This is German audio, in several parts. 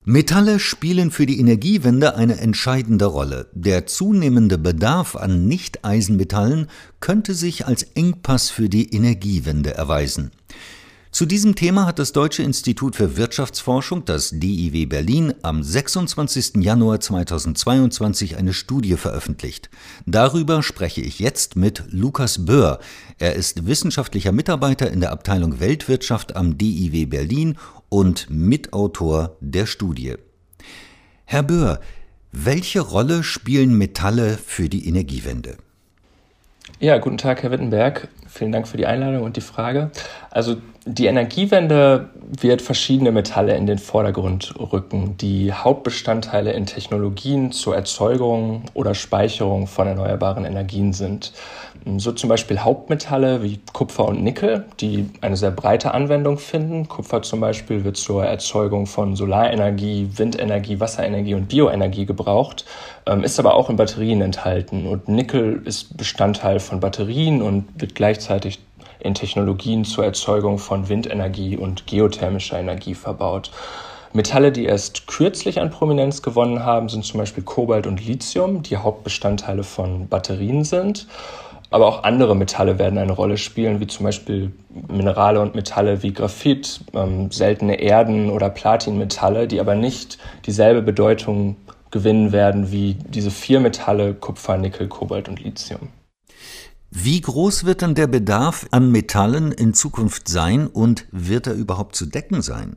Metalle spielen für die Energiewende eine entscheidende Rolle. Der zunehmende Bedarf an Nicht-Eisenmetallen könnte sich als Engpass für die Energiewende erweisen. Zu diesem Thema hat das Deutsche Institut für Wirtschaftsforschung, das DIW Berlin, am 26. Januar 2022 eine Studie veröffentlicht. Darüber spreche ich jetzt mit Lukas Böhr. Er ist wissenschaftlicher Mitarbeiter in der Abteilung Weltwirtschaft am DIW Berlin und Mitautor der Studie. Herr Böhr, welche Rolle spielen Metalle für die Energiewende? Ja, guten Tag, Herr Wittenberg. Vielen Dank für die Einladung und die Frage. Also die Energiewende wird verschiedene Metalle in den Vordergrund rücken, die Hauptbestandteile in Technologien zur Erzeugung oder Speicherung von erneuerbaren Energien sind. So zum Beispiel Hauptmetalle wie Kupfer und Nickel, die eine sehr breite Anwendung finden. Kupfer zum Beispiel wird zur Erzeugung von Solarenergie, Windenergie, Wasserenergie und Bioenergie gebraucht, ist aber auch in Batterien enthalten. Und Nickel ist Bestandteil von Batterien und wird gleichzeitig in Technologien zur Erzeugung von Windenergie und geothermischer Energie verbaut. Metalle, die erst kürzlich an Prominenz gewonnen haben, sind zum Beispiel Kobalt und Lithium, die Hauptbestandteile von Batterien sind. Aber auch andere Metalle werden eine Rolle spielen, wie zum Beispiel Minerale und Metalle wie Graphit, seltene Erden oder Platinmetalle, die aber nicht dieselbe Bedeutung gewinnen werden wie diese 4 Metalle Kupfer, Nickel, Kobalt und Lithium. Wie groß wird dann der Bedarf an Metallen in Zukunft sein und wird er überhaupt zu decken sein?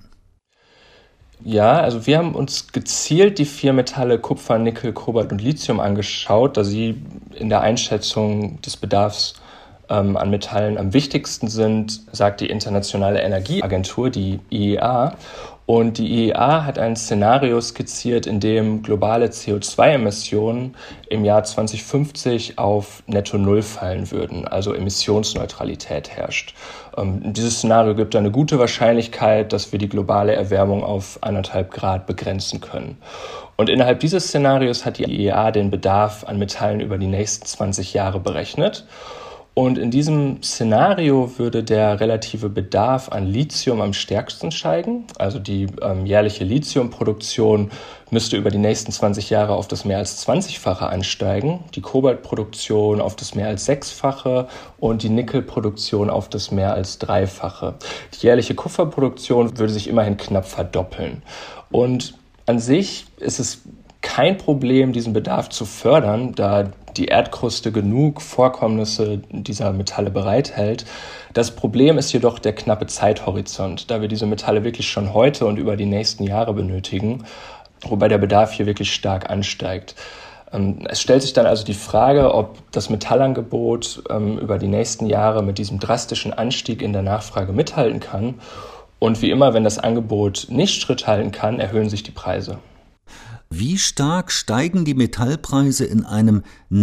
Ja, also wir haben uns gezielt die 4 Metalle Kupfer, Nickel, Kobalt und Lithium angeschaut, da sie in der Einschätzung des Bedarfs an Metallen am wichtigsten sind, sagt die Internationale Energieagentur, die IEA. Und die IEA hat ein Szenario skizziert, in dem globale CO2-Emissionen im Jahr 2050 auf Netto Null fallen würden, also Emissionsneutralität herrscht. Dieses Szenario gibt eine gute Wahrscheinlichkeit, dass wir die globale Erwärmung auf 1,5 Grad begrenzen können. Und innerhalb dieses Szenarios hat die IEA den Bedarf an Metallen über die nächsten 20 Jahre berechnet. Und in diesem Szenario würde der relative Bedarf an Lithium am stärksten steigen. Also die jährliche Lithiumproduktion müsste über die nächsten 20 Jahre auf das mehr als 20-fache ansteigen, die Kobaltproduktion auf das mehr als 6-fache und die Nickelproduktion auf das mehr als 3-fache. Die jährliche Kupferproduktion würde sich immerhin knapp verdoppeln. Und an sich ist es kein Problem, diesen Bedarf zu fördern, da die Erdkruste genug Vorkommnisse dieser Metalle bereithält. Das Problem ist jedoch der knappe Zeithorizont, da wir diese Metalle wirklich schon heute und über die nächsten Jahre benötigen, wobei der Bedarf hier wirklich stark ansteigt. Es stellt sich dann also die Frage, ob das Metallangebot über die nächsten Jahre mit diesem drastischen Anstieg in der Nachfrage mithalten kann. Und wie immer, wenn das Angebot nicht Schritt halten kann, erhöhen sich die Preise. Wie stark steigen die Metallpreise in einem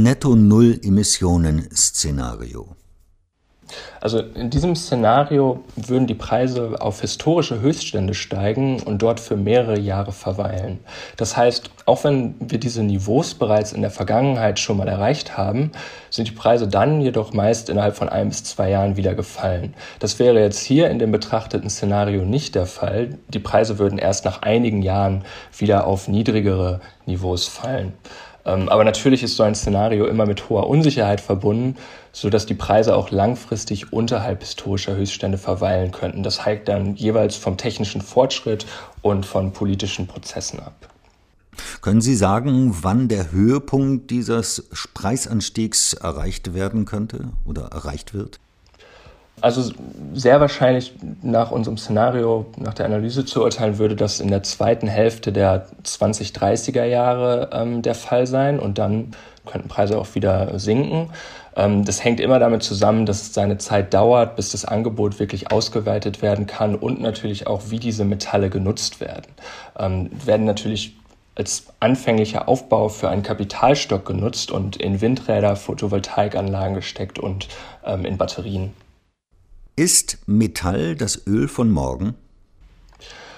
Netto-Null-Emissionen-Szenario? Also in diesem Szenario würden die Preise auf historische Höchststände steigen und dort für mehrere Jahre verweilen. Das heißt, auch wenn wir diese Niveaus bereits in der Vergangenheit schon mal erreicht haben, sind die Preise dann jedoch meist innerhalb von 1 bis 2 Jahren wieder gefallen. Das wäre jetzt hier in dem betrachteten Szenario nicht der Fall. Die Preise würden erst nach einigen Jahren wieder auf niedrigere Niveaus fallen. Aber natürlich ist so ein Szenario immer mit hoher Unsicherheit verbunden, sodass die Preise auch langfristig unterhalb historischer Höchststände verweilen könnten. Das hängt dann jeweils vom technischen Fortschritt und von politischen Prozessen ab. Können Sie sagen, wann der Höhepunkt dieses Preisanstiegs erreicht werden könnte oder erreicht wird? Also sehr wahrscheinlich nach unserem Szenario, nach der Analyse zu urteilen, würde das in der zweiten Hälfte der 2030er Jahre der Fall sein und dann könnten Preise auch wieder sinken. Das hängt immer damit zusammen, dass es seine Zeit dauert, bis das Angebot wirklich ausgeweitet werden kann und natürlich auch, wie diese Metalle genutzt werden. Werden natürlich als anfänglicher Aufbau für einen Kapitalstock genutzt und in Windräder, Photovoltaikanlagen gesteckt und in Batterien. Ist Metall das Öl von morgen?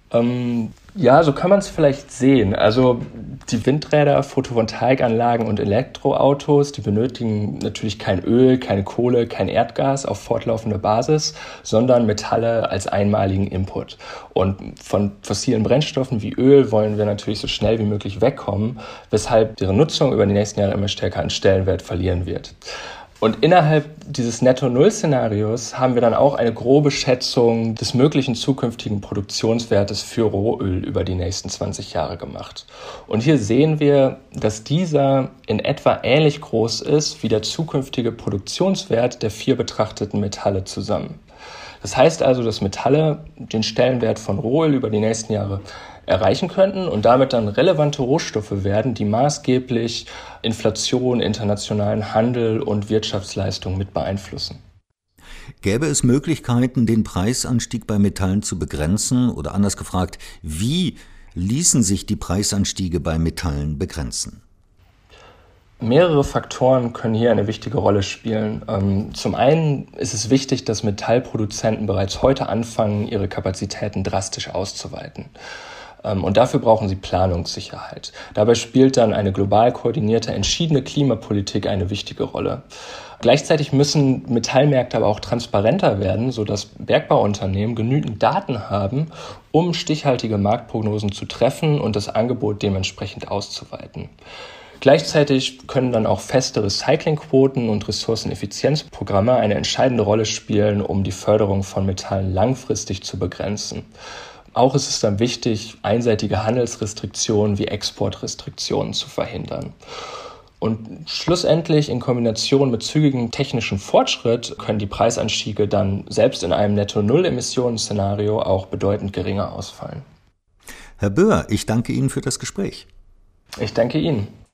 Ja, so kann man es vielleicht sehen. Also die Windräder, Photovoltaikanlagen und Elektroautos, die benötigen natürlich kein Öl, keine Kohle, kein Erdgas auf fortlaufender Basis, sondern Metalle als einmaligen Input. Und von fossilen Brennstoffen wie Öl wollen wir natürlich so schnell wie möglich wegkommen, weshalb deren Nutzung über die nächsten Jahre immer stärker an Stellenwert verlieren wird. Und innerhalb dieses Netto-Null-Szenarios haben wir dann auch eine grobe Schätzung des möglichen zukünftigen Produktionswertes für Rohöl über die nächsten 20 Jahre gemacht. Und hier sehen wir, dass dieser in etwa ähnlich groß ist wie der zukünftige Produktionswert der 4 betrachteten Metalle zusammen. Das heißt also, dass Metalle den Stellenwert von Rohöl über die nächsten Jahre erreichen könnten und damit dann relevante Rohstoffe werden, die maßgeblich Inflation, internationalen Handel und Wirtschaftsleistung mit beeinflussen. Gäbe es Möglichkeiten, den Preisanstieg bei Metallen zu begrenzen? Oder anders gefragt, wie ließen sich die Preisanstiege bei Metallen begrenzen? Mehrere Faktoren können hier eine wichtige Rolle spielen. Zum einen ist es wichtig, dass Metallproduzenten bereits heute anfangen, ihre Kapazitäten drastisch auszuweiten. Und dafür brauchen sie Planungssicherheit. Dabei spielt dann eine global koordinierte, entschiedene Klimapolitik eine wichtige Rolle. Gleichzeitig müssen Metallmärkte aber auch transparenter werden, sodass Bergbauunternehmen genügend Daten haben, um stichhaltige Marktprognosen zu treffen und das Angebot dementsprechend auszuweiten. Gleichzeitig können dann auch feste Recyclingquoten und Ressourceneffizienzprogramme eine entscheidende Rolle spielen, um die Förderung von Metallen langfristig zu begrenzen. Auch ist es dann wichtig, einseitige Handelsrestriktionen wie Exportrestriktionen zu verhindern. Und schlussendlich in Kombination mit zügigem technischem Fortschritt können die Preisanstiege dann selbst in einem Netto-Null-Emissionen-Szenario auch bedeutend geringer ausfallen. Herr Böhr, ich danke Ihnen für das Gespräch. Ich danke Ihnen.